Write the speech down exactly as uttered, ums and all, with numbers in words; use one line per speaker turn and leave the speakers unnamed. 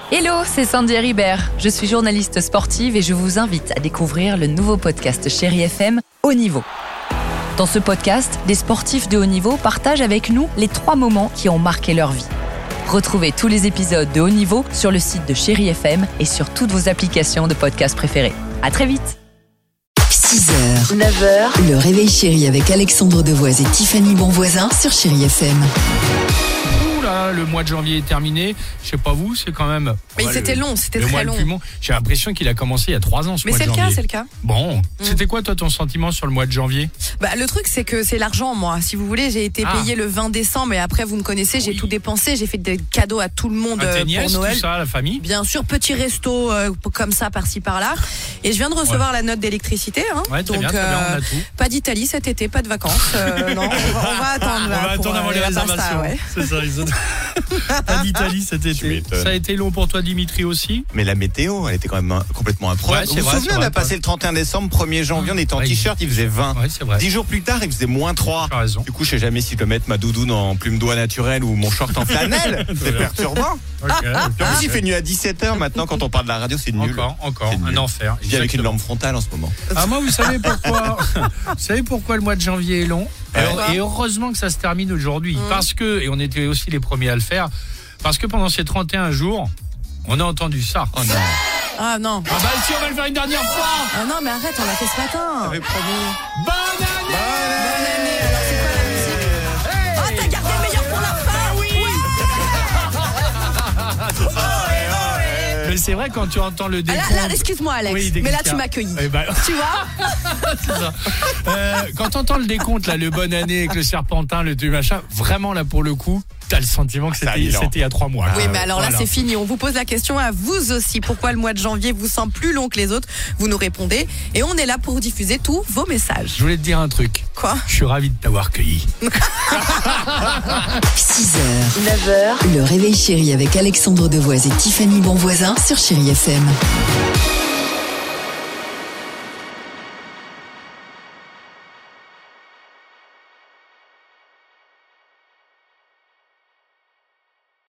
Hello, c'est Sandy Ribert. Je suis journaliste sportive et je vous invite à découvrir le nouveau podcast Chéri F M, Haut Niveau. Dans ce podcast, des sportifs de haut niveau partagent avec nous les trois moments qui ont marqué leur vie. Retrouvez tous les épisodes de Haut Niveau sur le site de Chéri F M et sur toutes vos applications de podcast préférées. À très vite.
six heures, neuf heures, le réveil chéri avec Alexandre Devoise et Tiffany Bonvoisin sur Chéri F M.
Là, le mois de janvier est terminé. Je sais pas vous, c'est quand même.
Mais
ouais,
c'était
le,
long, c'était
le
très
mois
long.
le plus long. J'ai l'impression qu'il a commencé il y a trois ans. Ce
Mais
mois
c'est
de
le cas,
janvier.
c'est le cas.
Bon,
Mm.
c'était quoi toi ton sentiment sur le mois de janvier?
Bah, le truc, c'est que c'est l'argent, moi. Si vous voulez, j'ai été
Ah.
payé le vingt décembre, et après, vous me connaissez, j'ai
Oui.
tout dépensé. J'ai fait des cadeaux à tout le monde
À
euh,
tes nièces,
pour Noël.
tout ça, la famille.
Bien sûr, petit resto euh, comme ça, par-ci, par-là. Et je viens de recevoir la note d'électricité. Hein.
Ouais, très
Donc,
bien, très bien, on a tout.
pas d'Italie cet été, pas de vacances. Euh, non, on va, on va attendre.
On
là,
va
pour,
attendre
euh,
avant les
la pasta,
réservations.
ouais.
C'est ça, ils ont... Pas d'Italie cet été.
m'étonnes.
Ça a été long pour toi, Dimitri, aussi.
Mais la météo, elle était quand même un- complètement incroyable.
Ouais, c'est
vous vous
vrai,
souvenez,
c'est
on
vrai,
a passé le trente et un décembre, premier janvier, on était en
Ouais,
t-shirt, il faisait vingt.
Ouais, c'est vrai.
Dix jours plus tard, il faisait moins trois.
Tu as raison.
Du coup, je sais jamais si je dois mettre ma doudoune en plume d'oie naturelle ou mon short en flanelle. C'est perturbant.
Ok.
Puis en plus, il fait nuit à dix-sept heures maintenant, quand on parle de la radio, c'est nul.
Encore, encore,
C'est
un
nul.
enfer.
Je vis avec une
Exactement.
lampe frontale en ce moment.
Ah, moi, vous savez pourquoi Vous savez pourquoi le mois de janvier est long?
Ouais.
Et heureusement que ça se termine aujourd'hui.
Mmh.
Parce que, et on était aussi les premiers à le faire, parce que pendant ces trente et un jours, on a entendu ça.
Oh non.
Ah non.
Ah bah si, on va le faire une dernière fois.
Ah non, mais arrête, on l'a fait ce matin.
J'avais promis.
Bonne année.
Bonne année. Alors, c'est quoi la musique?
Hey.
Ah, t'as gardé le meilleur pour la fin. Oui.
Mais c'est vrai, quand tu entends le
Ah,
décompte...
là, là, excuse-moi, Alex.
Oui,
mais là,
délicat.
tu m'as accueilli.
Eh ben,
Tu vois?
c'est ça. Euh, quand t'entends le décompte, là, le bonne année avec le serpentin, le tout machin, vraiment là pour le coup, t'as le sentiment que
Ah, c'est
c'était,
Milan.
c'était il y a trois mois. là.
Oui, mais alors là,
Voilà.
c'est fini. On vous pose la question à vous aussi. Pourquoi le mois de janvier vous semble plus long que les autres? Vous nous répondez. Et on est là pour diffuser tous vos messages.
Je voulais te dire un truc.
Quoi?
Je suis ravi de t'avoir cueilli.
six heures, neuf heures, le réveil chéri avec Alexandre Devoise et Tiffany Bonvoisin sur Chéri F M.